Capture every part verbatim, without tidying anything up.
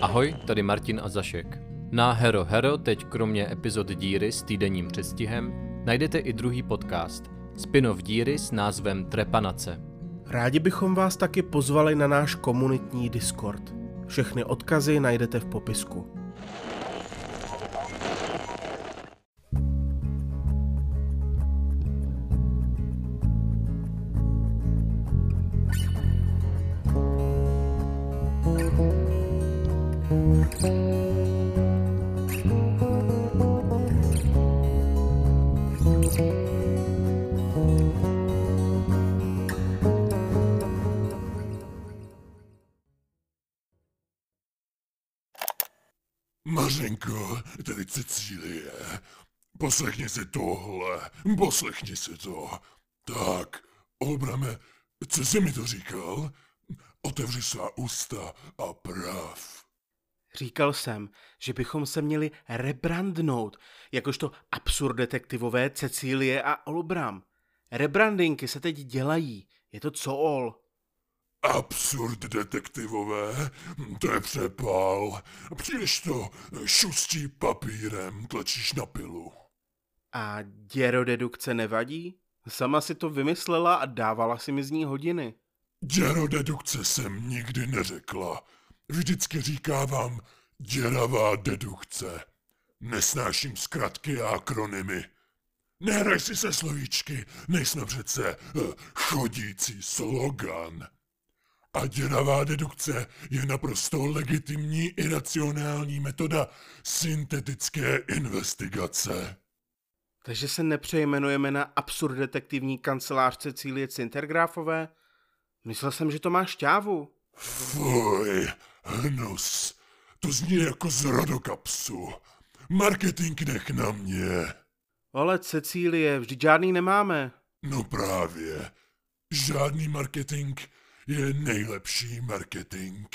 Ahoj, tady Martin a Zašek. Na Hero Hero teď kromě epizod Díry s týdenním předstihem najdete i druhý podcast, spin-off Díry s názvem Trepanace. Rádi bychom vás taky pozvali na náš komunitní Discord. Všechny odkazy najdete v popisku. Mařenko, tady Cecílie, poslechni si tohle, poslechni si to. Tak, Olbrame, co jsi mi to říkal? Otevři svá ústa a prav. Říkal jsem, že bychom se měli rebrandnout, jakožto absurddetektivové Cecílie a Olbram. Rebrandingy se teď dělají, je to co ol. Absurd detektivové, to je přepál. Příliš to šustí papírem, tlačíš na pilu. A děrodedukce nevadí? Sama si to vymyslela a dávala si mi z ní hodiny. Děrodedukce jsem nikdy neřekla. Vždycky říkávám děravá dedukce. Nesnáším zkratky a akronymy. Nehraj si se slovíčky, nejsme přece uh, chodící slogan. A děravá dedukce je naprosto legitimní iracionální metoda syntetické investigace. Takže se nepřejmenujeme na absurddetektivní kancelář Cecílie Cintergráfové? Myslel jsem, že to má šťávu. Fuj, hnus. To zní jako z rodokapsu. Marketing nech na mě. Ale Cecílie, vždyť žádný nemáme. No právě. Žádný marketing je nejlepší marketing.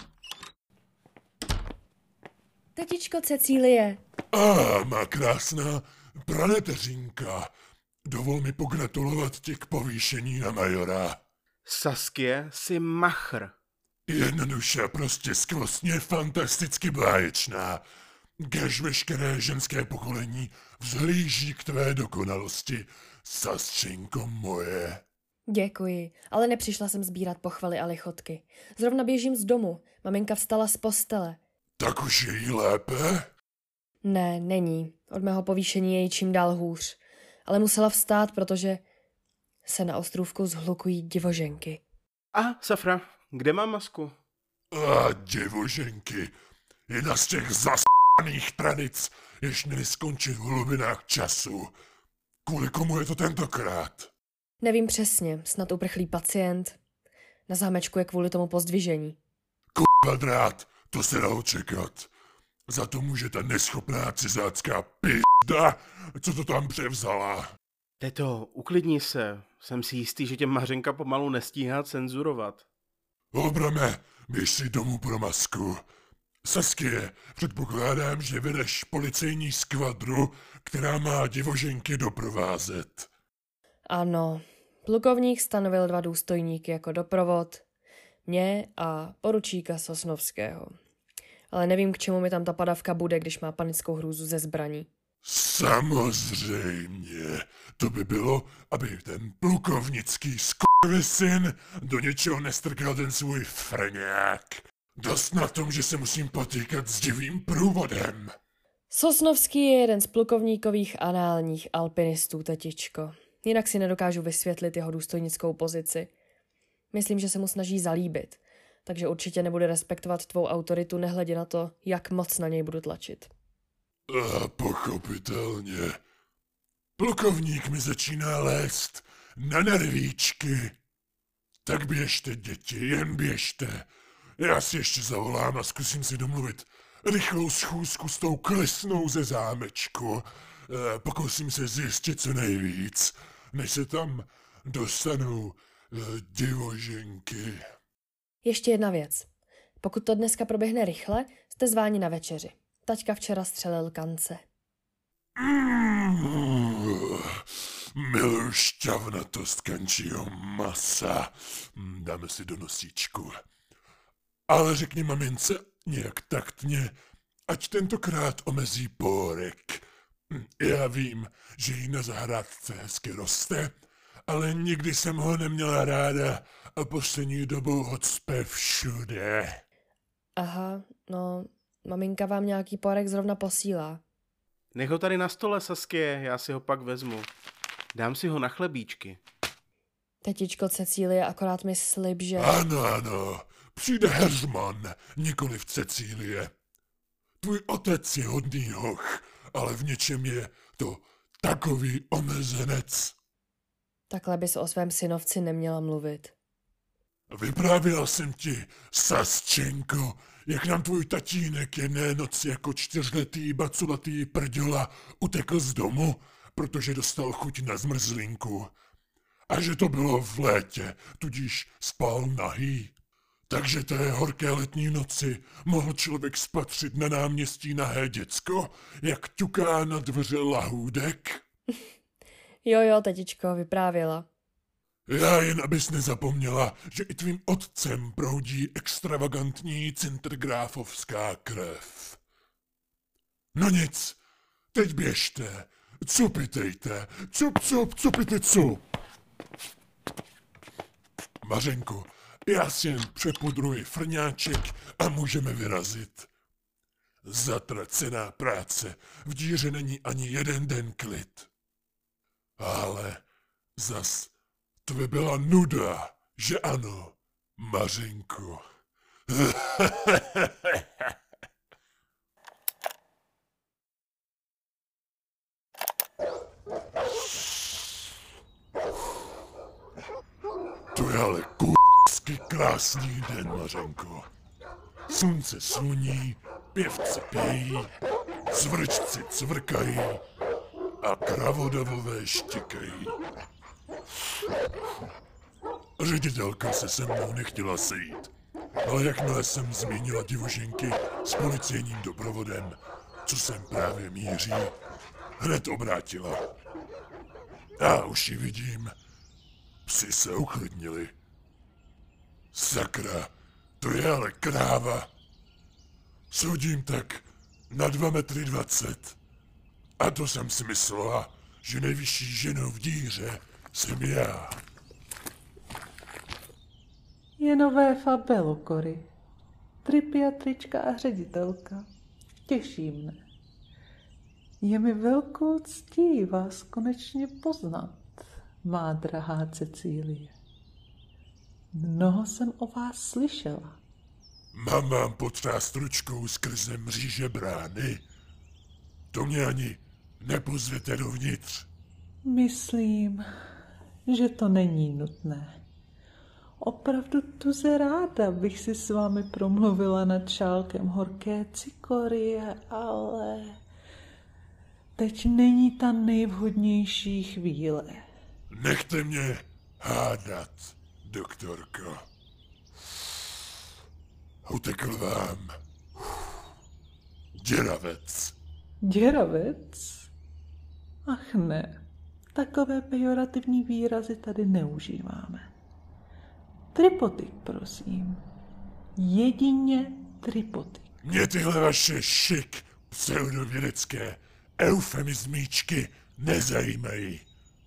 Tetičko Cecílie. A má krásná praneteřinka. Dovol mi pogratulovat ti k povýšení na majora. Saskie, jsi machr. Jednoduše, prostě skvostně fantasticky báječná. Kež veškeré ženské pokolení vzhlíží k tvé dokonalosti, sastřinko moje. Děkuji, ale nepřišla jsem sbírat pochvaly a lichotky. Zrovna běžím z domu, maminka vstala z postele. Tak už je jí lépe? Ne, není. Od mého povýšení je jí čím dál hůř. Ale musela vstát, protože se na ostrůvku zhlukují divoženky. A, Safra, kde mám masku? A divoženky. Jedna z těch zas***ných tradic, jež měly skončit v hlubinách času. Kvůli komu je to tentokrát? Nevím přesně, snad uprchlý pacient. Na zámečku je kvůli tomu pozdvižení. K***a drát, to se dalo čekat. Za to může ta neschopná cizácká p***da, co to tam převzala. Teto, uklidni se. Jsem si jistý, že tě Mařenka pomalu nestíhá cenzurovat. Obrame, běž si domů pro masku. Saskie, předpokládám, že vedeš policejní skvadru, která má divoženky doprovázet. Ano, plukovník stanovil dva důstojníky jako doprovod, mě a poručíka Sosnovského. Ale nevím, k čemu mi tam ta padavka bude, když má panickou hrůzu ze zbraní. Samozřejmě, to by bylo, aby ten plukovnický skurvysyn do něčeho nestrkal ten svůj frňák. Dost na tom, že se musím potýkat s divým průvodem. Sosnovský je jeden z plukovníkových análních alpinistů, tetičko. Jinak si nedokážu vysvětlit jeho důstojnickou pozici. Myslím, že se mu snaží zalíbit, takže určitě nebude respektovat tvou autoritu, nehledě na to, jak moc na něj budu tlačit. A pochopitelně. Plukovník mi začíná lézt na nervíčky. Tak běžte, děti, jen běžte. Já si ještě zavolám a zkusím si domluvit rychlou schůzku s tou klesnou ze zámečku. E, pokusím se zjistit co nejvíc, než se tam dostanou e, divoženky. Ještě jedna věc. Pokud to dneska proběhne rychle, jste zváni na večeři. Taťka včera střelil kance. Mm, miluji šťavnatost kančího masa. Dáme si do nosíčku. Ale řekni mamince, nějak taktně, ať tentokrát omezí pórek. Já vím, že jí na zahrádce hezky roste, ale nikdy jsem ho neměla ráda a poslední dobou ho cpe všude. Aha, no, maminka vám nějaký pórek zrovna posílá. Nech ho tady na stole, Saskie, já si ho pak vezmu. Dám si ho na chlebíčky. Tetičko Cecílie akorát mi slib, že... Ano, ano, přijde Heřman, nikoliv Cecílie. Tvůj otec je hodný hoch, ale v něčem je to takový omezenec. Takhle bys o svém synovci neměla mluvit. Vyprávěla jsem ti, Sasčenko, jak nám tvůj tatínek jedné noci jako čtyřletý baculatý prděla utekl z domu, protože dostal chuť na zmrzlinku. A že to bylo v létě, tudíž spal nahý. Takže té horké letní noci mohl člověk spatřit na náměstí nahé děcko, jak ťuká na dveře lahůdek. Jo, jo, tetičko, vyprávěla. Já jen abys nezapomněla, že i tvým otcem proudí extravagantní cintergráfovská krev. No nic, teď běžte, cupitejte, cup, cup, cupity, cup. Mařenko, já si jen přepudruji frňáček a můžeme vyrazit. Zatracená práce, v díře není ani jeden den klid. Ale zas to by byla nuda, že ano, Mařenko. To je ale k***sky krásný den, Mařenko. Slunce sluní, pěvci pějí, cvrčci cvrkají a kravodavové štěkají. Ředitelka se se mnou nechtěla sejít, ale jakmile jsem zmínila divoženky s policejním doprovodem, co sem právě míří, hned obrátila. Já už ji vidím. Psi se uklidnili. Sakra, to je ale kráva. Soudím tak na dva metry dvacet. A to jsem si myslela, že nejvyšší ženou v díře jsem já. Je nové fabelo, Kory. Tripiatrička a ředitelka. Těší mne. Je mi velkou ctí vás konečně poznat, má drahá Cecílie. Mnoho jsem o vás slyšela. Mám vám potřást ručkou skrze mříže brány. To mě ani nepozvěte dovnitř. Myslím, že to není nutné. Opravdu tuze ráda bych si s vámi promluvila nad šálkem horké cikorie, ale teď není ta nejvhodnější chvíle. Nechte mě hádat, doktorko. Utekl vám děravec. Děravec? Ach ne, takové pejorativní výrazy tady neužíváme. Tripotik, prosím. Jedině tripotik. Mě tyhle vaše šik pseudovědecké eufemizmíčky nezajímají.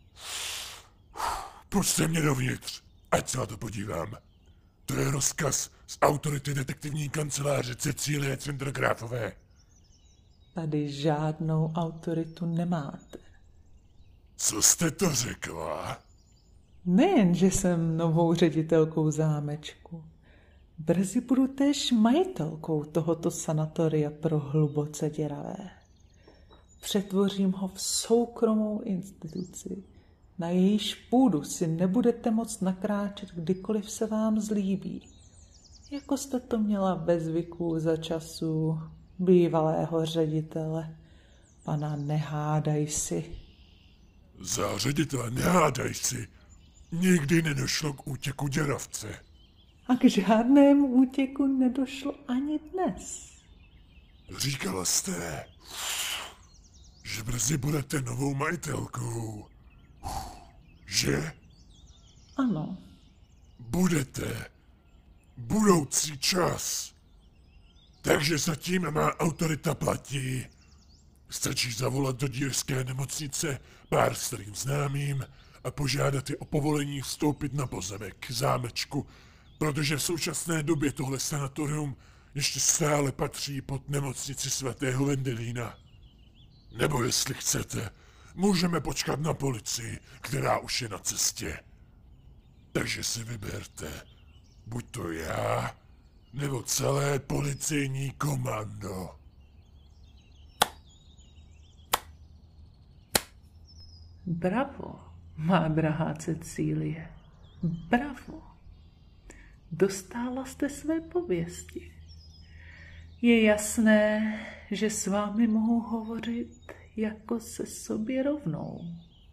Pusťte mě dovnitř, ať se na to podívám. To je rozkaz z autority detektivní kanceláře Cecílie Cintergráfové. Tady žádnou autoritu nemáte. Co jste to řekla? Nejen, že jsem novou ředitelkou zámečku. Brzy budu též majitelkou tohoto sanatoria pro hluboce děravé. Přetvořím ho v soukromou instituci. Na jejíž půdu si nebudete moct nakráčet, kdykoliv se vám zlíbí. Jako jste to měla ve zvyku za času bývalého ředitele, pana Nehádaj si. Za ředitele Nehádaj si nikdy nedošlo k útěku děravce. A k žádnému útěku nedošlo ani dnes. Říkala jste, že brzy budete novou majitelkou. Že? Ano. Budete budoucí čas. Takže zatím má autorita platí. Stačí zavolat do dírské nemocnice pár starým známým a požádat je o povolení vstoupit na pozemek zámečku, protože v současné době tohle sanatorium ještě stále patří pod nemocnici svatého Vendelína. Nebo jestli chcete, můžeme počkat na policii, která už je na cestě. Takže si vyberte, buď to já, nebo celé policejní komando. Bravo, má drahá Cecílie. Bravo. Dostála jste své pověsti. Je jasné, že s vámi mohu hovořit jako se sobě rovnou.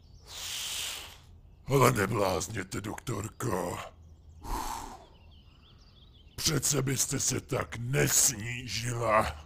Ale neblázněte, doktorko. Přece byste se tak nesnížila.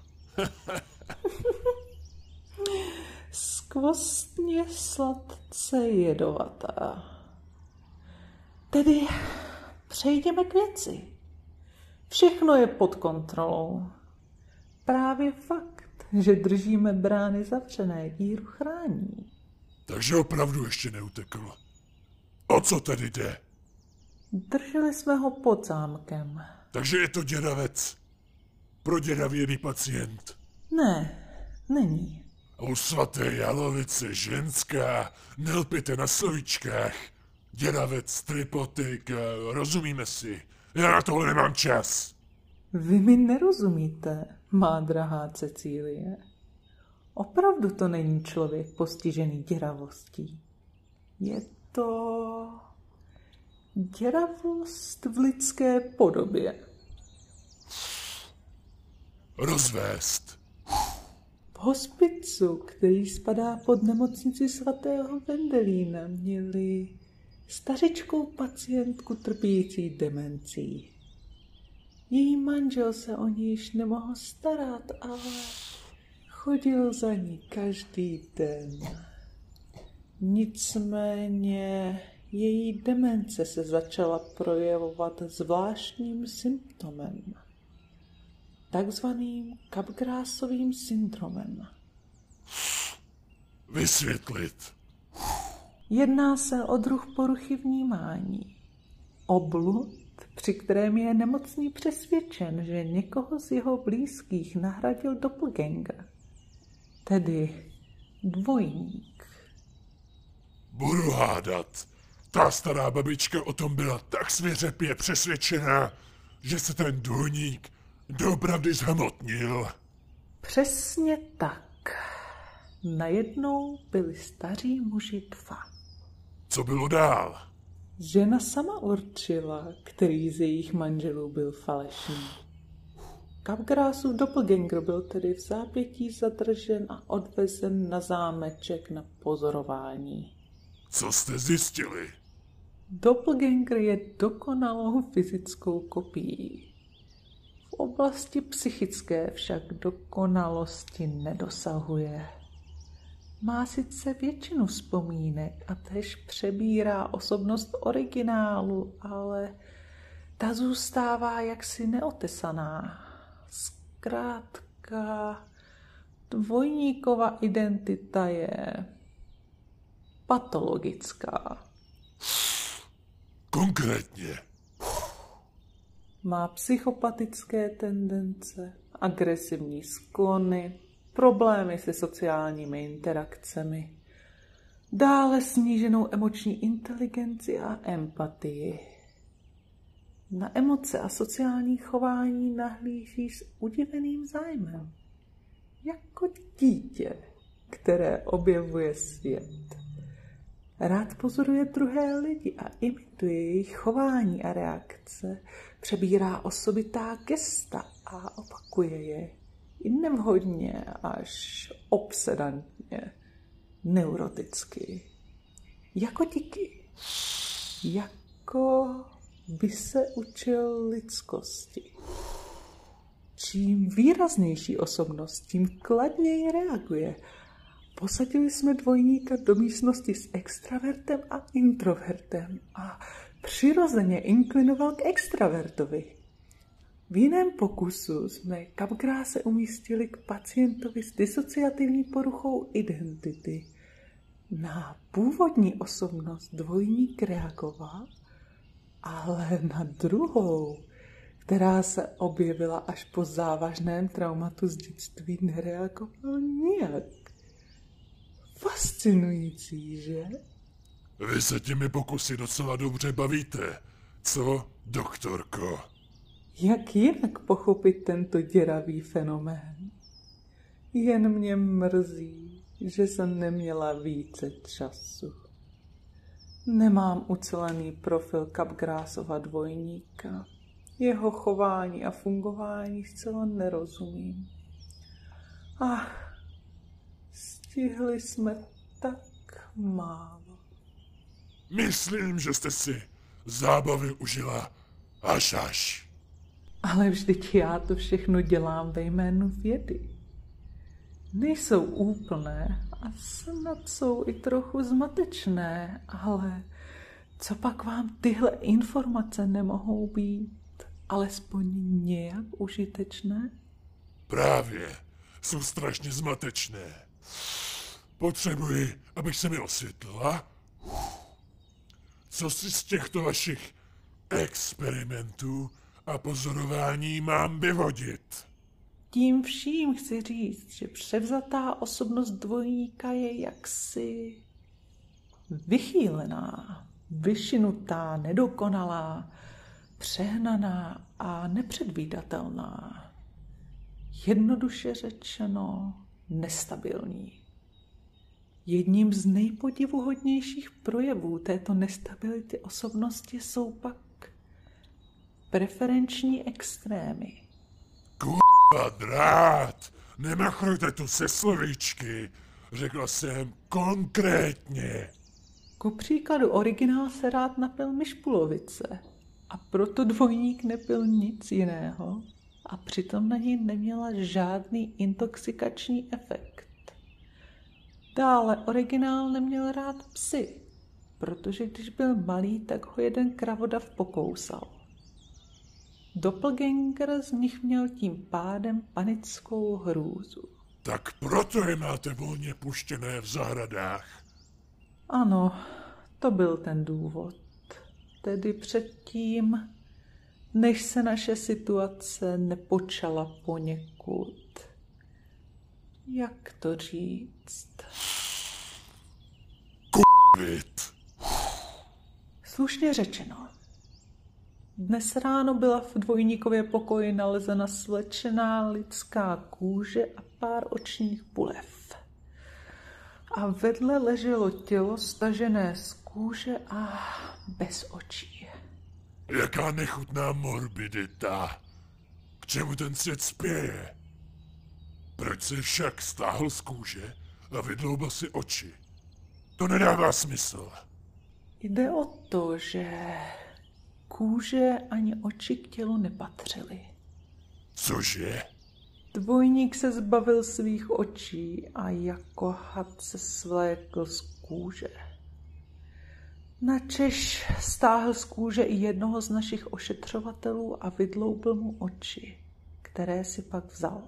Skvostně sladce jedovatá. Tedy přejdeme k věci. Všechno je pod kontrolou. Právě fakt, že držíme brány zavřené, díru chrání. Takže opravdu ještě neutekl. O co tady jde? Drželi jsme ho pod zámkem. Takže je to děravec. Proděravěný pacient. Ne, není. O svaté jalovice, ženská, nelpěte na slovíčkách. Děravec, tripotik, rozumíme si. Já na tohle nemám čas. Vy mi nerozumíte, má drahá Cecílie. Opravdu to není člověk postižený děravostí. Je to děravost v lidské podobě. Rozvést. V hospicu, který spadá pod nemocnici svatého Vendelína, měli stařičkou pacientku trpící demencí. Její manžel se o ní již nemohl starat, ale chodil za ní každý den. Nicméně její demence se začala projevovat zvláštním symptomem, takzvaným Capgrasovým syndromem. Vysvětlit. Jedná se o druh poruchy vnímání. O blud, při kterém je nemocný přesvědčen, že někoho z jeho blízkých nahradil doppelganger, tedy dvojník. Budu hádat. Ta stará babička o tom byla tak svěřepě přesvědčená, že se ten dvojník doopravdy zhmotnil. Přesně tak. Najednou byli staří muži dva. Co bylo dál? Žena sama určila, který z jejich manželů byl falešný. Capgrasův doppelganger byl tedy v zápětí zadržen a odvezen na zámeček na pozorování. Co jste zjistili? Doppelganger je dokonalou fyzickou kopií. V oblasti psychické však dokonalosti nedosahuje. Má sice většinu vzpomínek a též přebírá osobnost originálu, ale ta zůstává jaksi neotesaná. Zkrátka, dvojníkova identita je patologická. Konkrétně. Má psychopatické tendence, agresivní sklony, problémy se sociálními interakcemi, dále sníženou emoční inteligenci a empatii. Na emoce a sociální chování nahlíží s udiveným zájmem, jako dítě, které objevuje svět. Rád pozoruje druhé lidi a imituje jejich chování a reakce, přebírá osobitá gesta a opakuje je. I nevhodně až obsedantně, neuroticky. Jako díky. Jako by se učil lidskosti. Čím výraznější osobnost, tím kladněji reaguje. Posadili jsme dvojníka do místnosti s extravertem a introvertem a přirozeně inklinoval k extravertovi. V jiném pokusu jsme Capgráse umístili k pacientovi s disociativní poruchou identity. Na původní osobnost dvojník reagoval, ale na druhou, která se objevila až po závažném traumatu z dětství, nereagoval nijak. Fascinující, že? Vy se těmi pokusy docela dobře bavíte. Co, doktorko? Jak jinak pochopit tento děravý fenomén? Jen mě mrzí, že jsem neměla více času. Nemám ucelený profil Capgrásova dvojníka. Jeho chování a fungování zcela nerozumím. Ach, stihli jsme tak málo. Myslím, že jste si zábavy užila až až. Ale vždyť já to všechno dělám ve jménu vědy. Nejsou úplné a snad jsou i trochu zmatečné, ale co pak vám tyhle informace nemohou být alespoň nějak užitečné? Právě, jsou strašně zmatečné. Potřebuji, abych se mi osvětlila. Co si z těchto vašich experimentů a pozorování mám vyvodit? Tím vším chci říct, že převzatá osobnost dvojníka je jaksi vychýlená, vyšinutá, nedokonalá, přehnaná a nepředvídatelná. Jednoduše řečeno nestabilní. Jedním z nejpodivuhodnějších projevů této nestability osobnosti jsou pak preferenční extrémy. Kurva drát, nemachrujte tu se slovíčky, řekla jsem konkrétně. Ku příkladu originál se rád napil myšpulovice a proto dvojník nepil nic jiného a přitom na něj neměla žádný intoxikační efekt. Dále originál neměl rád psy, protože když byl malý, tak ho jeden kravodav pokousal. Doppelganger z nich měl tím pádem panickou hrůzu. Tak proto je máte volně puštěné v zahradách. Ano, to byl ten důvod. Tedy předtím, než se naše situace nepočala poněkud. Jak to říct? K***vit. Slušně řečeno. Dnes ráno byla v dvojníkově pokoji nalezena svlečená lidská kůže a pár očních bulev. A vedle leželo tělo stažené z kůže a bez očí. Jaká nechutná morbidita. K čemu ten svět spěje? Proč se však stáhl z kůže a vydloubal si oči? To nedává smysl. Jde o to, že kůže ani oči k tělu nepatřily. Cože? Dvojník se zbavil svých očí a jako had se svlékl z kůže. Načež stáhl z kůže i jednoho z našich ošetřovatelů a vydloubil mu oči, které si pak vzal.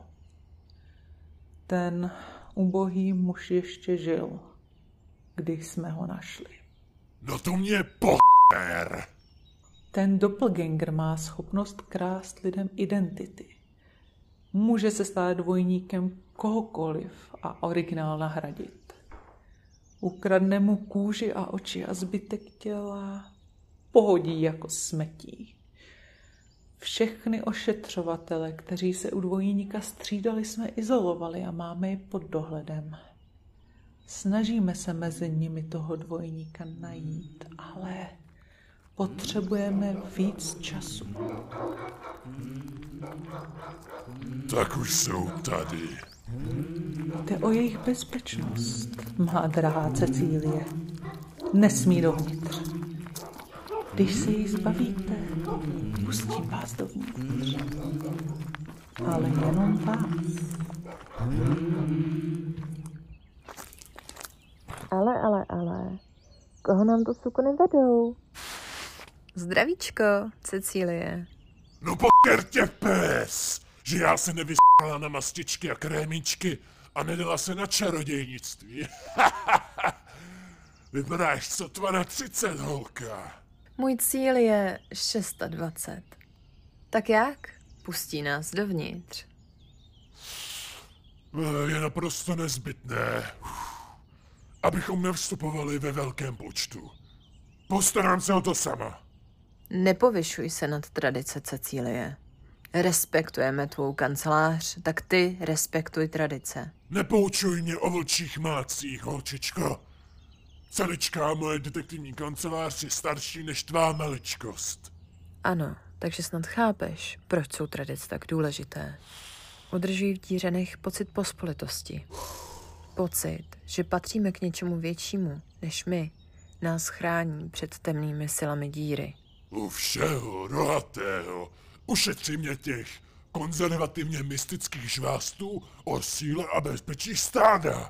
Ten ubohý muž ještě žil, když jsme ho našli. No to mě po***er. Ten doppelganger má schopnost krást lidem identity. Může se stát dvojníkem kohokoliv a originál nahradit. Ukradne mu kůži a oči a zbytek těla pohodí jako smetí. Všechny ošetřovatele, kteří se u dvojníka střídali, jsme izolovali a máme je pod dohledem. Snažíme se mezi nimi toho dvojníka najít, ale potřebujeme víc času. Tak už jsou tady. Jde o jejich bezpečnost, má drahá Cecílie. Nesmí dovnitř. Když se jich zbavíte, pustím vás dovnitř. Ale jenom vás. Ale, ale, ale, koho nám to sukony vedou? Zdravíčko, Cecílie. No poker tě pes, že já se nevysala na mastičky a krémičky a nedala se na čarodějnictví. Vypadáš sotva na třicet, holka. Můj cíl je dvacet šest. Tak jak? Pustí nás dovnitř. Je naprosto nezbytné, abychom nevstupovali ve velkém počtu. Postarám se o to sama. Nepovyšuj se nad tradice, Cecílie. Respektujeme tvou kancelář, tak ty respektuj tradice. Nepoučuj mě o vlčích mácích, holčičko. Celičká moje detektivní kancelář je starší než tvá maličkost. Ano, takže snad chápeš, proč jsou tradice tak důležité. Udržují v dířenech pocit pospolitosti. Pocit, že patříme k něčemu většímu, než my, nás chrání před temnými silami díry. U všeho rohatého ušetří mě těch konzervativně mystických žvástů o síle a bezpečí stáda.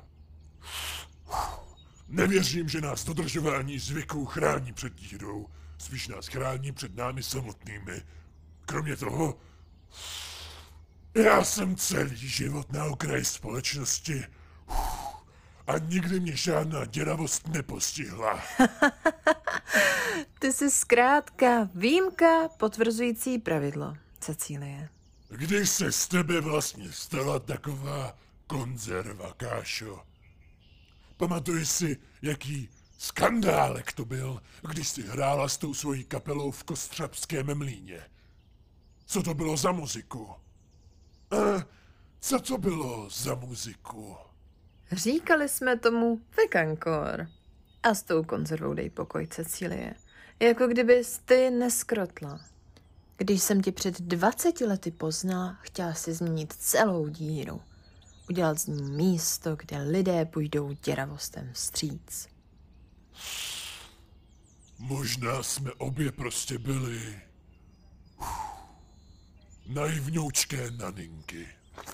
Nevěřím, že nás dodržování zvyků chrání před dírou, spíš nás chrání před námi samotnými. Kromě toho, já jsem celý život na okraji společnosti a nikdy mě žádná děravost nepostihla. Ty jsi zkrátka výjimka potvrzující pravidlo, Cecílie. Když se z tebe vlastně stala taková konzerva, Kášo? Pamatuji si, jaký skandálek to byl, když jsi hrála s tou svojí kapelou v Kostřabském mlýně. Co to bylo za muziku? A co to bylo za muziku? Říkali jsme tomu Vekankor. A s tou konzervou dej pokoj, Cecílie. Jako kdybys ty neskrotla. Když jsem tě před dvaceti lety poznala, chtěla si změnit celou díru. Udělat z ní místo, kde lidé půjdou děravostem vstříc. Možná jsme obě prostě byli naivňoučké naninky.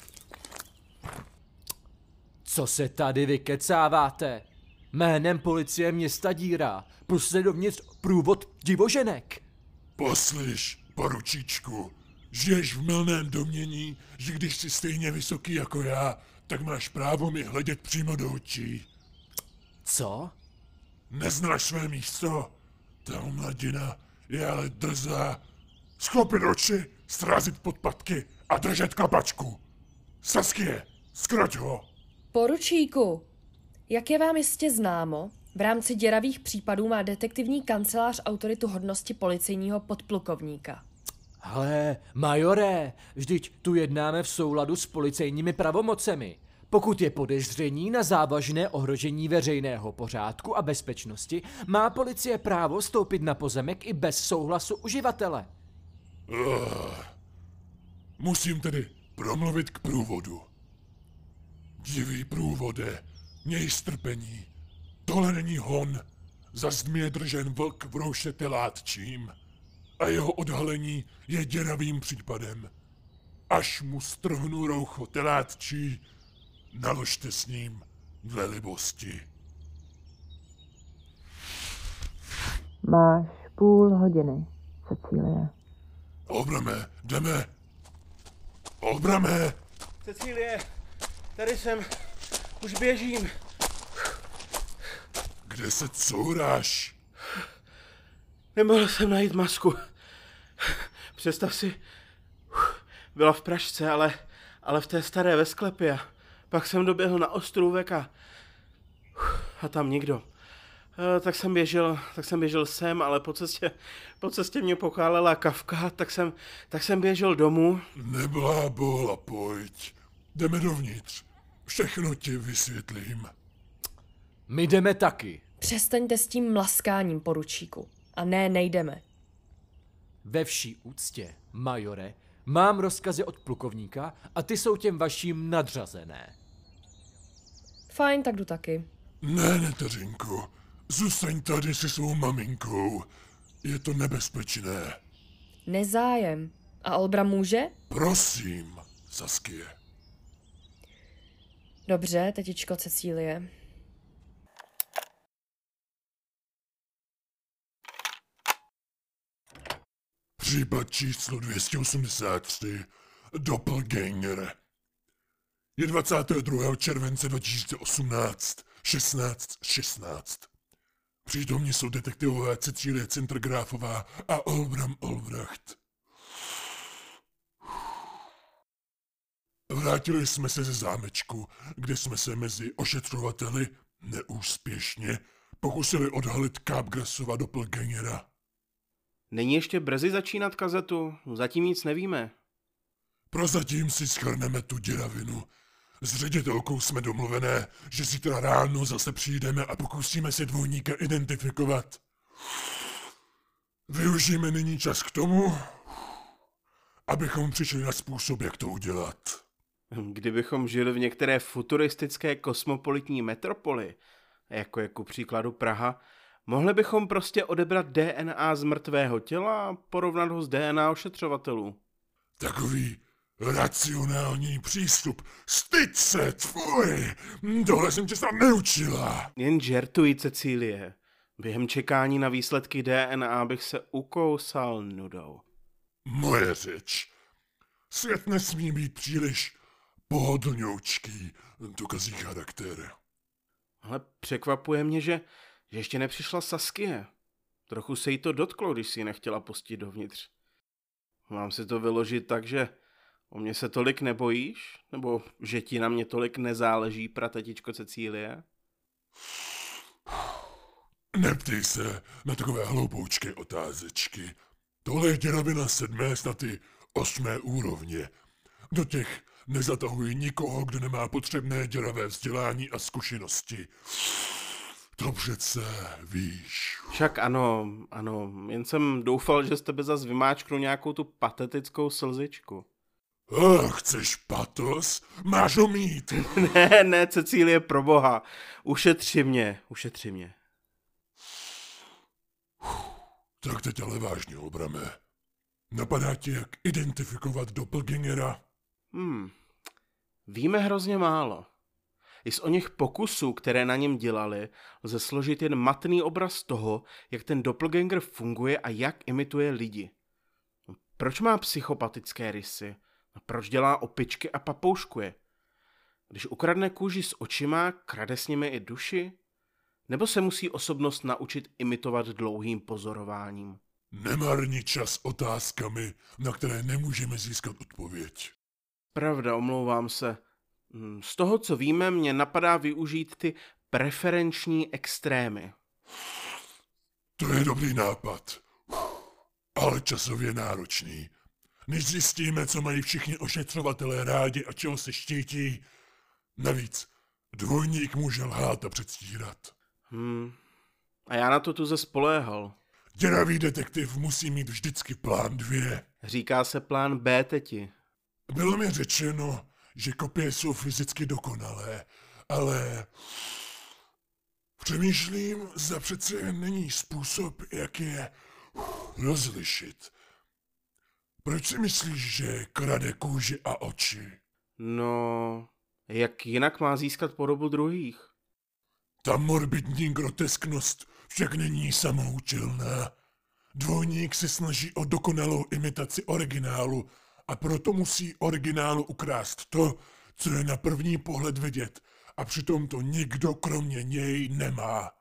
Co se tady vykecáváte? Jménem policie města Díra pusťte dovnitř průvod divoženek. Poslyš, poručíčku, žiješ v mylném domnění, že když jsi stejně vysoký jako já, tak máš právo mi hledět přímo do očí. Co? Neznáš své místo? Ta mladina je ale drzá. Schopit oči, srazit podpatky a držet klapačku. Saskie, skroť ho. Poručíku, jak je vám jistě známo, v rámci děravých případů má detektivní kancelář autoritu hodnosti policejního podplukovníka. Ale, majore, vždyť tu jednáme v souladu s policejními pravomocemi. Pokud je podezření na závažné ohrožení veřejného pořádku a bezpečnosti, má policie právo stoupit na pozemek i bez souhlasu uživatele. Uh, musím tedy promluvit k průvodu. Divý průvode, měj strpení. Tohle není hon. Zas mě je držen vlk v rouše telátčím. A jeho odhalení je děravým případem. Až mu strhnu roucho telátčí, naložte s ním dle libosti. Máš půl hodiny, Cecílie. Obrame, jdeme. Obrame. Cecílie, tady jsem. Už běžím. Kde se couráš? Nemohl jsem najít masku. Představ si, byla v Pražce, ale, ale v té staré ve sklepě. Pak jsem doběhl na ostrůvek a, a tam nikdo. E, tak jsem běžel, tak jsem běžel sem, ale po cestě, po cestě mě pokálela kavka, tak jsem, tak jsem běžel domů. Neblábol a pojď. Jdeme dovnitř. Všechno ti vysvětlím. My jdeme taky. Přestaňte s tím mlaskáním, poručíku. A ne, nejdeme. Ve vší úctě, majore, mám rozkazy od plukovníka a ty jsou těm vaším nadřazené. Fajn, tak jdu taky. Ne, neteřinku. Zůstaň tady se svou maminkou. Je to nebezpečné. Nezájem. A Olbra může? Prosím, Saskie. Dobře, tetičko Cecílie. Případ číslo dvě stě osmdesát tři. Doppelganger. Je dvacátého druhého července dva tisíce osmnáct, šestnáct šestnáct. Přítomní jsou detektivové Cecílie Cintergráfová a Olbram Olbracht. Vrátili jsme se ze zámečku, kde jsme se mezi ošetřovateli neúspěšně pokusili odhalit Capgrasova doppelgangera. Není ještě brzy začínat kazetu, zatím nic nevíme. Prozatím si shrneme tu děravinu. S ředitelkou jsme domluvené, že zítra ráno zase přijdeme a pokusíme se dvojníka identifikovat. Využijeme nyní čas k tomu, abychom přišli na způsob, jak to udělat. Kdybychom žili v některé futuristické kosmopolitní metropoli, jako je ku příkladu Praha, mohli bychom prostě odebrat D N A z mrtvého těla a porovnat ho s D N A ošetřovatelů. Takový racionální přístup. Styď se, tvoj! Tohle jsem tě snad neučila. Jen žertuji, Cecílie. Během čekání na výsledky D N A bych se ukousal nudou. Moje řeč. Svět nesmí být příliš pohodlňoučký, to kazí charakter. Ale překvapuje mě, že, že ještě nepřišla Saskie. Trochu se jí to dotklo, když si ji nechtěla pustit dovnitř. Mám si to vyložit tak, že o mě se tolik nebojíš? Nebo že ti na mě tolik nezáleží, pratetičko Cecílie? Neptej se na takové hloupoučké otázečky. Tohle je děravina sedmé, snad ty osmé úrovně. Do těch nezatahuji nikoho, kdo nemá potřebné děravé vzdělání a zkušenosti. To přece víš. Však ano, ano, jen jsem doufal, že z tebe zas vymáčknu nějakou tu patetickou slzičku. Oh, chceš patos? Máš ho mít. Ne, ne, Cecílie, proboha. Ušetři mě, ušetři mě. Tak teď ale vážně, Olbrame. Napadá ti, jak identifikovat doppelgangera? Hmm, víme hrozně málo. I z oněch pokusů, které na něm dělali, lze složit jen matný obraz toho, jak ten doppelganger funguje a jak imituje lidi. Proč má psychopatické rysy? Proč dělá opičky a papouškuje? Když ukradne kůži s očima, krade s nimi i duši? Nebo se musí osobnost naučit imitovat dlouhým pozorováním? Nemarni čas otázkami, na které nemůžeme získat odpověď. Pravda, omlouvám se. Z toho, co víme, mě napadá využít ty preferenční extrémy. To je dobrý nápad, ale časově náročný. Než zjistíme, co mají všichni ošetřovatelé rádi a čeho se štítí, navíc dvojník může lhát a předstírat. Hmm. A já na to tu ze spoléhal. Děravý detektiv musí mít vždycky plán dvě. Říká se plán B, teti. Bylo mi řečeno, že kopie jsou fyzicky dokonalé, ale přemýšlím, zda přece není způsob, jak je rozlišit. Proč si myslíš, že krade kůži a oči? No, jak jinak má získat podobu druhých? Ta morbidní grotesknost však není samoučelná. Dvojník se snaží o dokonalou imitaci originálu a proto musí originálu ukrást to, co je na první pohled vidět, a přitom to nikdo kromě něj nemá.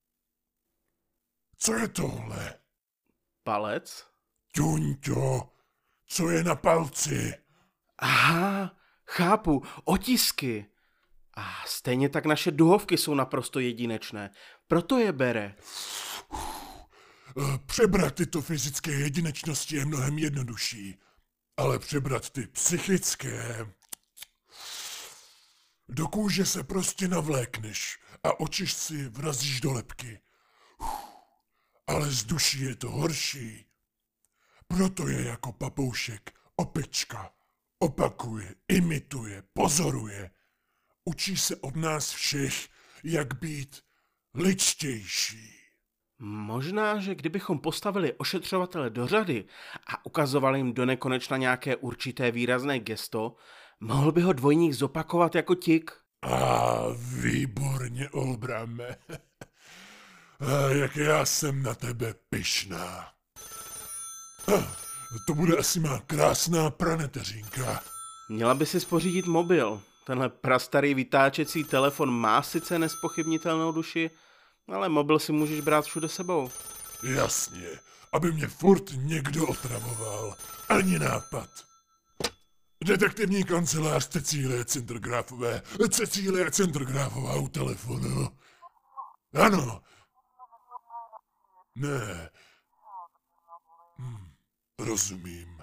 Co je tohle? Palec? Tuňťo, co je na palci? Aha, chápu, otisky. A stejně tak naše duhovky jsou naprosto jedinečné, proto je bere. Přebrat tyto fyzické jedinečnosti je mnohem jednodušší, ale přebrat ty psychické... Do kůže se prostě navlékneš a očiš si vrazíš do lebky. Ale z duší je to horší. Proto je jako papoušek opička. Opakuje, imituje, pozoruje. Učí se od nás všech, jak být ličtější. Možná, že kdybychom postavili ošetřovatele do řady a ukazovali jim do nekonečna nějaké určité výrazné gesto, mohl by ho dvojník zopakovat jako tik. A výborně, Olbrame. A jak já jsem na tebe pyšná. To bude asi má krásná praneteřínka. Měla by si spořídit mobil. Tenhle prastarý vytáčecí telefon má sice nespochybnitelnou duši, ale mobil si můžeš brát všude sebou. Jasně, aby mě furt někdo otravoval. Ani nápad. Detektivní kancelář Cecílie Cindergrafové. Cecílie Cindergrafová u telefonu. Ano. Ne. Hm, rozumím.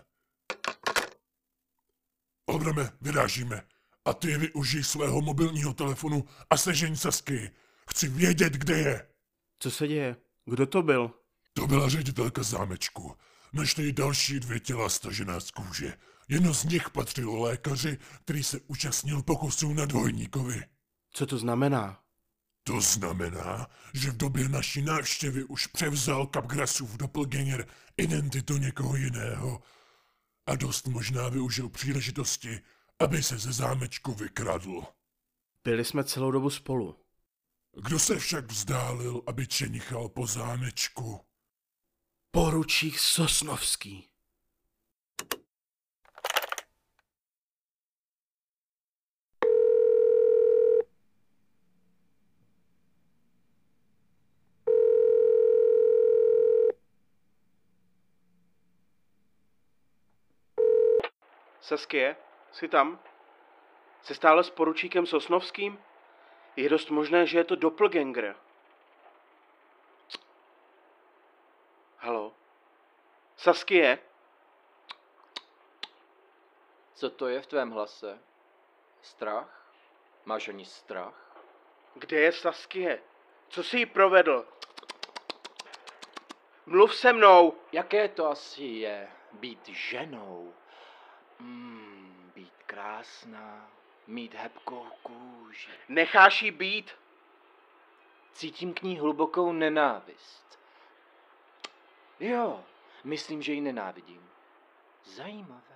Olbrame, vyrážíme. A ty využij svého mobilního telefonu a sežeň Sasky. Chci vědět, kde je. Co se děje? Kdo to byl? To byla ředitelka zámečku. Našli další dvě těla stažená z kůže. Jedno z nich patřilo lékaři, který se účastnil pokusů na dvojníkovi. Co to znamená? To znamená, že v době naší návštěvy už převzal Capgrasův doppelganger identitu někoho jiného a dost možná využil příležitosti, aby se ze zámečku vykradl. Byli jsme celou dobu spolu. Kdo se však vzdálil, aby čenichal po zámečku? Poručík Sosnovský. Saskie, jsi tam? Jsi stále s poručíkem Sosnovským? Je dost možné, že je to doppelganger. Haló? Saskie? Co to je v tvém hlase? Strach? Máš ani strach? Kde je Saskie? Co jsi jí provedl? Mluv se mnou! Jaké to asi je být ženou? Mm, být krásná, mít hebkou kůži. Necháš jí být? Cítím k ní hlubokou nenávist. Jo, myslím, že ji nenávidím. Zajímavé.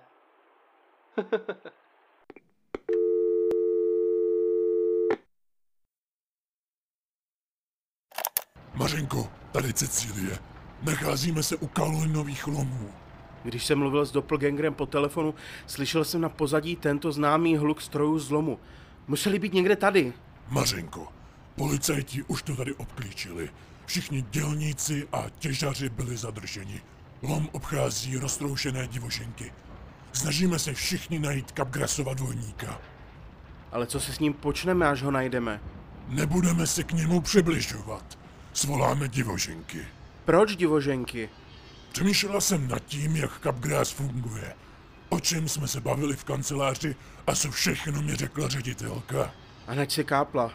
Mařenko, tady Cecílie. Nacházíme se u Karolinových lomů. Když jsem mluvil s doppelgangerem po telefonu, slyšel jsem na pozadí tento známý hluk strojů z lomu. Museli být někde tady. Mařenko, policajti už to tady obklíčili. Všichni dělníci a těžaři byli zadrženi. Lom obchází roztroušené divošenky. Snažíme se všichni najít Capgrasova dvojníka. Ale co se s ním počneme, až ho najdeme? Nebudeme se k němu přibližovat. Svoláme divoženky. Proč divoženky? Přemýšlela jsem nad tím, jak Capgras funguje. O čem jsme se bavili v kanceláři a co všechno mi řekla ředitelka. A nač se kápla.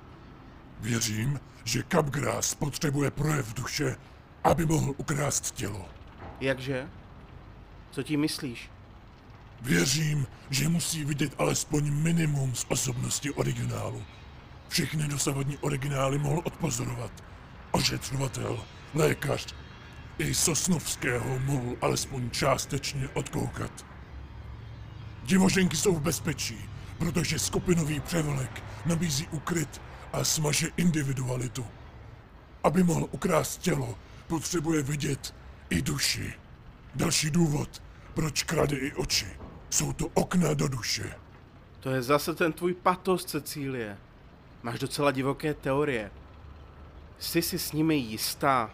Věřím, že Capgras potřebuje projev duše, aby mohl ukrást tělo. Jakže? Co tím myslíš? Věřím, že musí vidět alespoň minimum z osobnosti originálu. Všechny dosavadní originály mohl odpozorovat. Ošetřovatel, lékař i Sosnovského mohl alespoň částečně odkoukat. Divoženky jsou v bezpečí, protože skupinový převlek nabízí ukryt a smaže individualitu. Aby mohl ukrást tělo, potřebuje vidět i duši. Další důvod, proč krade i oči, jsou to okna do duše. To je zase ten tvůj patos, Cecílie. Máš docela divoké teorie. Jsi si s nimi jistá?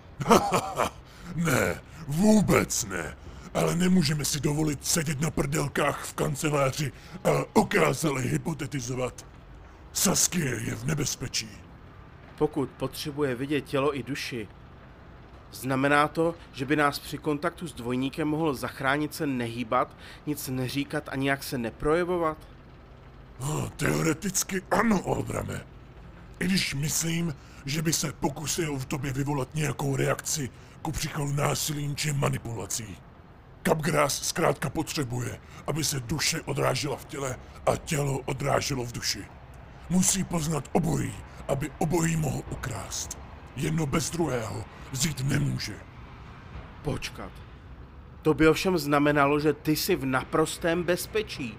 Ne, vůbec ne. Ale nemůžeme si dovolit sedět na prdelkách v kanceláři a okázale hypotetizovat. Saskie je v nebezpečí. Pokud potřebuje vidět tělo i duši, znamená to, že by nás při kontaktu s dvojníkem mohl zachránit se nehýbat, nic neříkat a nijak se neprojevovat? Oh, teoreticky ano, Olbrame. I když myslím, že by se pokusil v tobě vyvolat nějakou reakci ku příkladu násilím či manipulací. Capgras zkrátka potřebuje, aby se duše odrážela v těle a tělo odráželo v duši. Musí poznat obojí, aby obojí mohl ukrást. Jedno bez druhého vzít nemůže. Počkat. To by ovšem znamenalo, že ty jsi v naprostém bezpečí.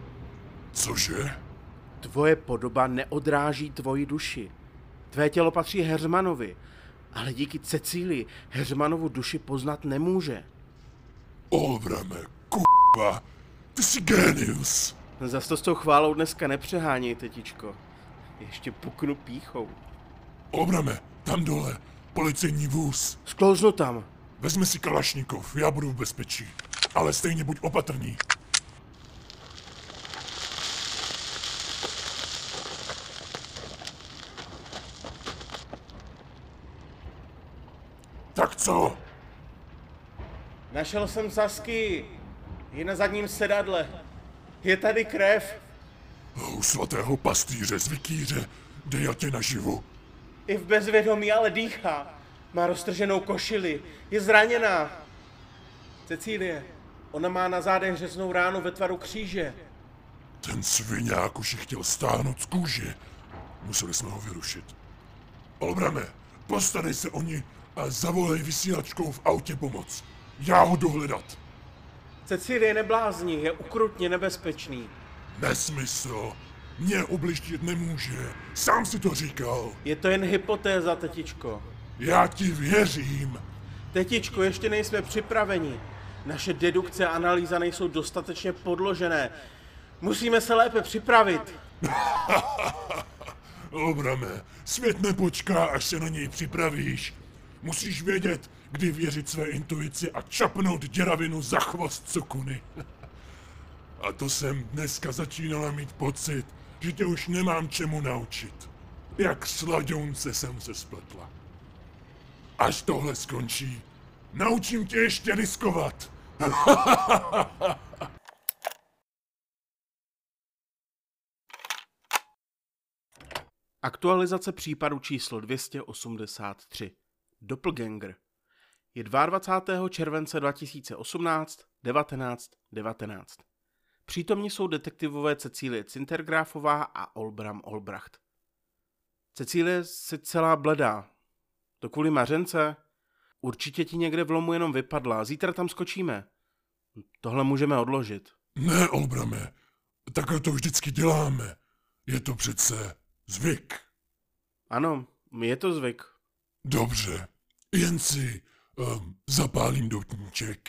Cože? Tvoje podoba neodráží tvoji duši. Tvé tělo patří Heřmanovi, ale díky Cecílii Heřmanovu duši poznat nemůže. Olbrame, k***a, ty jsi génius. Zas to s tou chválou dneska nepřeháněj, tetičko. Ještě puknu pýchou. Olbrame, tam dole, policejní vůz. Sklouznu tam. Vezmi si kalašníkov, já budu v bezpečí. Ale stejně buď opatrný. Tak co? Našel jsem Sasky. Je na zadním sedadle. Je tady krev. U svatého pastýře z Vikýře, dej já tě naživu. Je v bezvědomí, ale dýchá. Má roztrženou košili. Je zraněná. Cecílie, ona má na zádech řeznou ránu ve tvaru kříže. Ten sviňák už ji chtěl stáhnout z kůže. Museli jsme ho vyrušit. Olbrame, postarej se o ní a zavolej vysílačkou v autě pomoc. Já ho dohledat. Cecílie, neblázni, je ukrutně nebezpečný. Nesmysl. Mě ubližit nemůže. Sám si to říkal. Je to jen hypotéza, tetičko. Já ti věřím. Tetičko, ještě nejsme připraveni. Naše dedukce a analýza nejsou dostatečně podložené. Musíme se lépe připravit. Olbrame, svět nepočká, až se na něj připravíš. Musíš vědět, kdy věřit své intuici a čapnout děravinu za chvost cukuny. A to jsem dneska začínala mít pocit, že tě už nemám čemu naučit. Jak slaďounce jsem se spletla. Až tohle skončí, naučím tě ještě riskovat. Aktualizace případu číslo dvě stě osmdesát tři. Doppelganger. Je dvacátého druhého července dva tisíce osmnáct, devatenáct devatenáct. Přítomní jsou detektivové Cecílie Zintergrafová a Olbram Olbracht. Cecílie si celá bledá. To kvůli mařence? Určitě ti někde v lomu jenom vypadla. Zítra tam skočíme. Tohle můžeme odložit. Ne, Olbrame, takhle to vždycky děláme. Je to přece zvyk. Ano, je to zvyk. Dobře, jen si um, zapálím doutníček.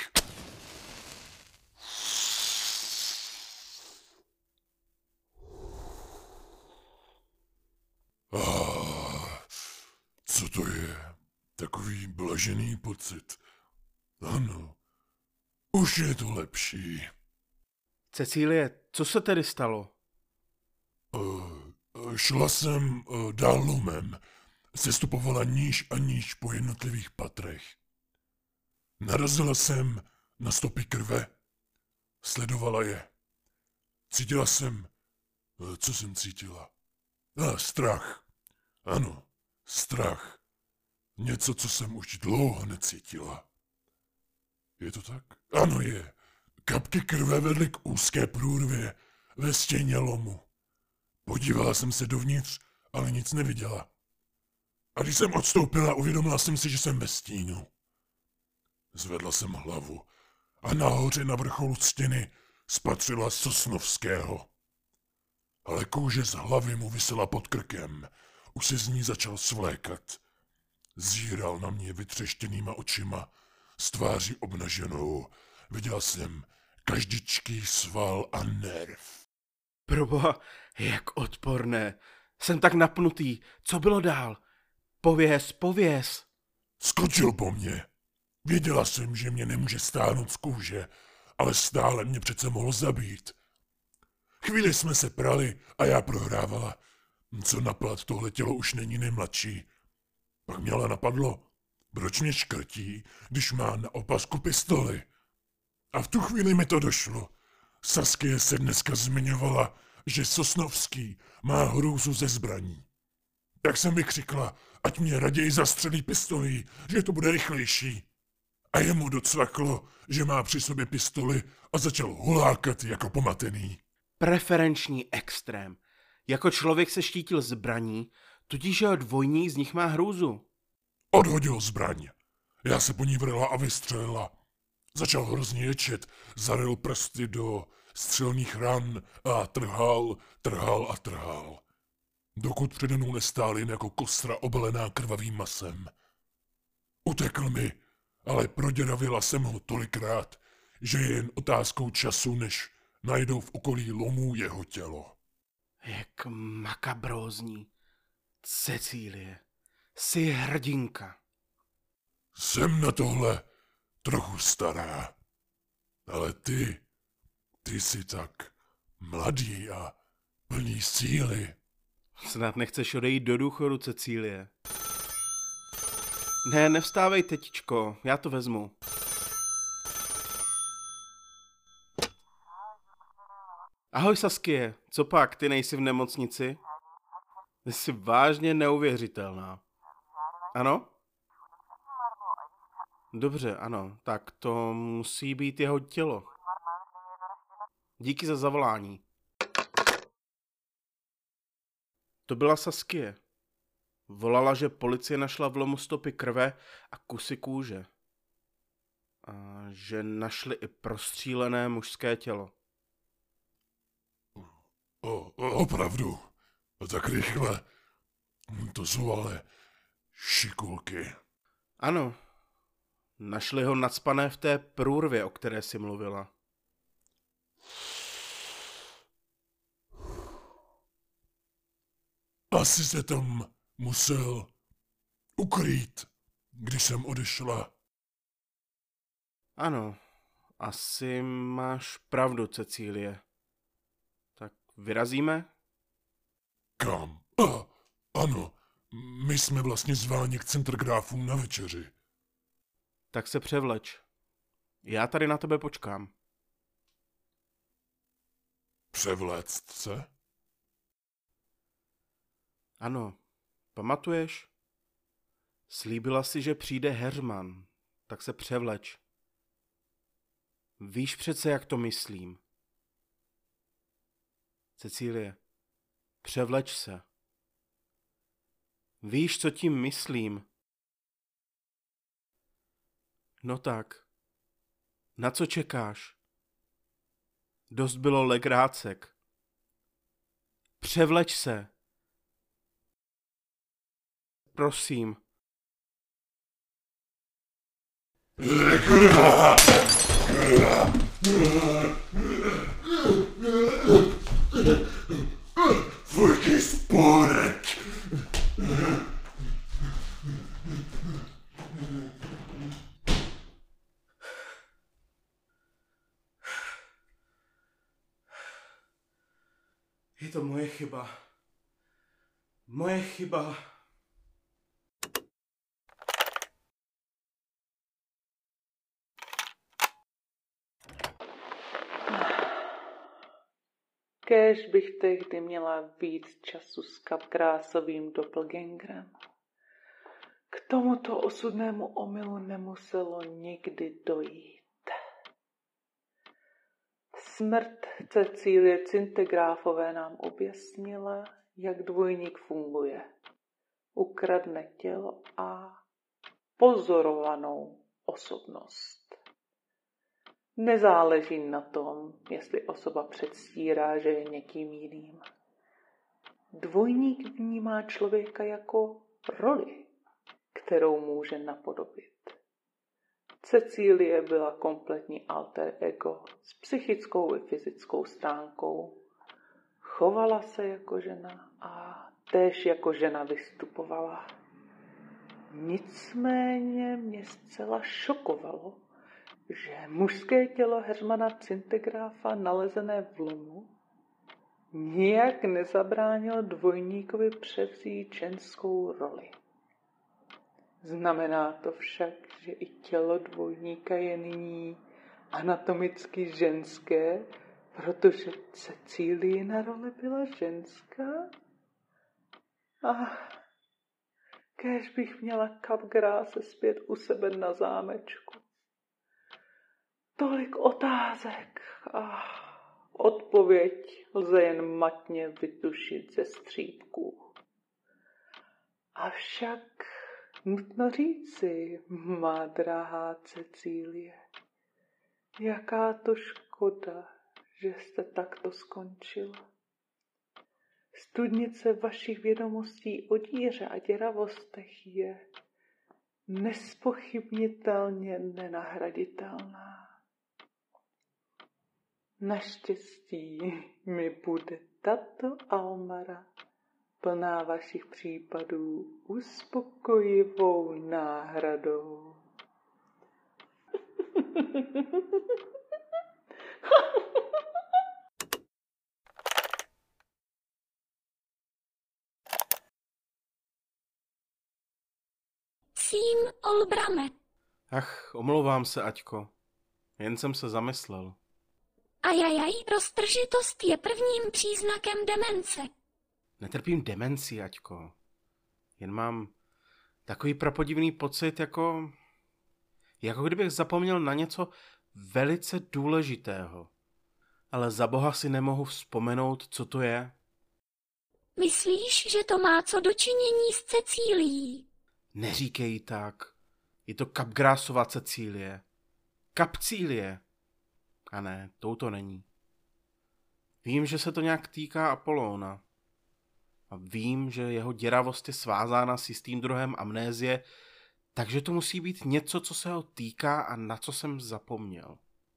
Ah, co to je? Takový blažený pocit. Ano, už je to lepší. Cecílie, co se tedy stalo? Uh, šla jsem uh, dál lomem. Sestupovala níž a níž po jednotlivých patrech. Narazila jsem na stopy krve. Sledovala je. Cítila jsem... Co jsem cítila? Ah, strach. Ano, strach. Něco, co jsem už dlouho necítila. Je to tak? Ano, je. Kapky krve vedly k úzké průrvě ve stěně lomu. Podívala jsem se dovnitř, ale nic neviděla. A když jsem odstoupila, uvědomila jsem si, že jsem ve stínu. Zvedla jsem hlavu a nahoře na vrcholu stěny spatřila Sosnovského. Ale kůže z hlavy mu visela pod krkem. Už se z ní začal svlékat. Zíral na mě vytřeštěnýma očima, s tváří obnaženou. Viděl jsem každičký sval a nerv. Proboha, jak odporné. Jsem tak napnutý. Co bylo dál? Pověz, pověz. Skočil po mně. Věděla jsem, že mě nemůže stáhnout z kůže, ale stále mě přece mohl zabít. Chvíli jsme se prali a já prohrávala. Co napad, tohle tělo už není nejmladší. Pak mě ale napadlo, proč mě škrtí, když má na opasku pistoli. A v tu chvíli mi to došlo. Saskia se dneska zmiňovala, že Sosnovský má hrůzu ze zbraní. Tak jsem vykřikla, ať mě raději zastřelí pistolí, že to bude rychlejší. A jemu docvaklo, že má při sobě pistoli a začal hulákat jako pomatený. Preferenční extrém. Jako člověk se štítil zbraní, tudíž jeho dvojník z nich má hrůzu. Odhodil zbraň. Já se po ní vrela a vystřelila. Začal hrozně ječet, zaril prsty do střelných ran a trhal, trhal a trhal. Dokud přede mnou nestál jen jako kostra obalená krvavým masem. Utekl mi, ale proděravila jsem ho tolikrát, že je jen otázkou času, než najdou v okolí lomů jeho tělo. Jak makabrózní. Cecílie, jsi hrdinka. Jsem na tohle trochu stará, ale ty, ty jsi tak mladý a plný síly. Snad nechceš odejít do důchodu, Cecílie. Ne, nevstávej, tetičko, já to vezmu. Ahoj, Saskie, co pak, ty nejsi v nemocnici? Ty jsi vážně neuvěřitelná. Ano? Dobře, ano, tak to musí být jeho tělo. Díky za zavolání. To byla Saskie. Volala, že policie našla v lomu stopy krve a kusy kůže. A že našli i prostřílené mužské tělo. O, o, opravdu, tak rychle. To jsou ale šikulky. Ano, našli ho nacpané v té průrvě, o které jsi mluvila. Asi se tam musel ukrýt, když jsem odešla. Ano, asi máš pravdu, Cecílie. Tak vyrazíme? Kam? A, ano, my jsme vlastně zváni k centrgráfům na večeři. Tak se převleč. Já tady na tebe počkám. Převléct se? Ano, pamatuješ? Slíbila si, že přijde Heřman, tak se převleč. Víš přece, jak to myslím. Cecílie, převleč se. Víš, co tím myslím? No tak, na co čekáš? Dost bylo legrácek. Převleč se. Prosím. Fuky sporek. Je to moje chyba. Moje chyba. Kéž bych tehdy měla víc času s Capgrasovým doppelgangerem. K tomuto osudnému omylu nemuselo nikdy dojít. Smrt Cecílie Cintegráfové nám objasnila, jak dvojník funguje. Ukradne tělo a pozorovanou osobnost. Nezáleží na tom, jestli osoba předstírá, že je někým jiným. Dvojník vnímá člověka jako roli, kterou může napodobit. Cecílie byla kompletní alter ego s psychickou i fyzickou stránkou. Chovala se jako žena a též jako žena vystupovala. Nicméně mě zcela šokovalo, že mužské tělo Heřmana Cintegráfa nalezené v lomu nijak nezabránilo dvojníkovi převzít ženskou roli. Znamená to však, že i tělo dvojníka je nyní anatomicky ženské, protože Cecíliina role byla ženská? Ach, kéž bych měla Capgrase zpět u sebe na zámečku. Tolik otázek a odpověď lze jen matně vytušit ze střípků. Avšak nutno říci, má drahá Cecílie, jaká to škoda, že jste takto skončila. Studnice vašich vědomostí o díře a děravostech je nespochybnitelně nenahraditelná. Naštěstí mi bude tato Almara plná vašich případů uspokojivou náhradou. Sím Olbrame. Ach, omlouvám se, Aťko. Jen jsem se zamyslel. Ajajaj, roztržitost je prvním příznakem demence. Netrpím demenci, Aťko. Jen mám takový prapodivný pocit, jako... Jako kdybych zapomněl na něco velice důležitého. Ale za boha si nemohu vzpomenout, co to je. Myslíš, že to má co dočinění s Cecílií? Neříkej tak. Je to Capgrasova Cecílie. Kapcílie. A ne, touto není. Vím, že se to nějak týká Apolóna. A vím, že jeho děravost je svázána s jistým druhem amnézie, takže to musí být něco, co se ho týká a na co jsem zapomněl.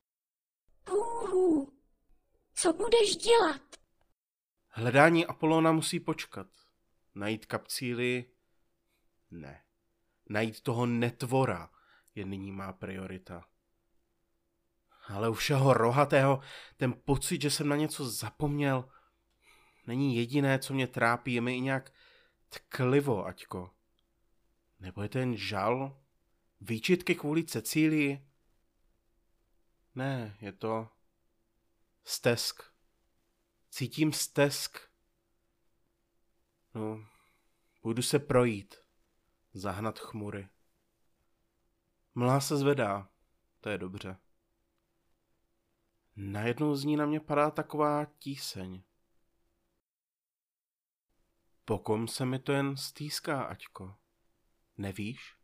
Uhu. Co budeš dělat? Hledání Apolóna musí počkat. Najít Kapcílii? Ne. Najít toho netvora je nyní má priorita. Ale u všeho rohatého ten pocit, že jsem na něco zapomněl, není jediné, co mě trápí, je mi i nějak tklivo, Aťko. Nebo je to jen žal? Výčitky kvůli Cecílii? Ne, je to stesk. Cítím stesk. No, půjdu se projít. Zahnat chmury. Mlha se zvedá, to je dobře. Najednou z ní na mě padá taková tíseň. Po kom se mi to jen stýská, Aťko? Nevíš?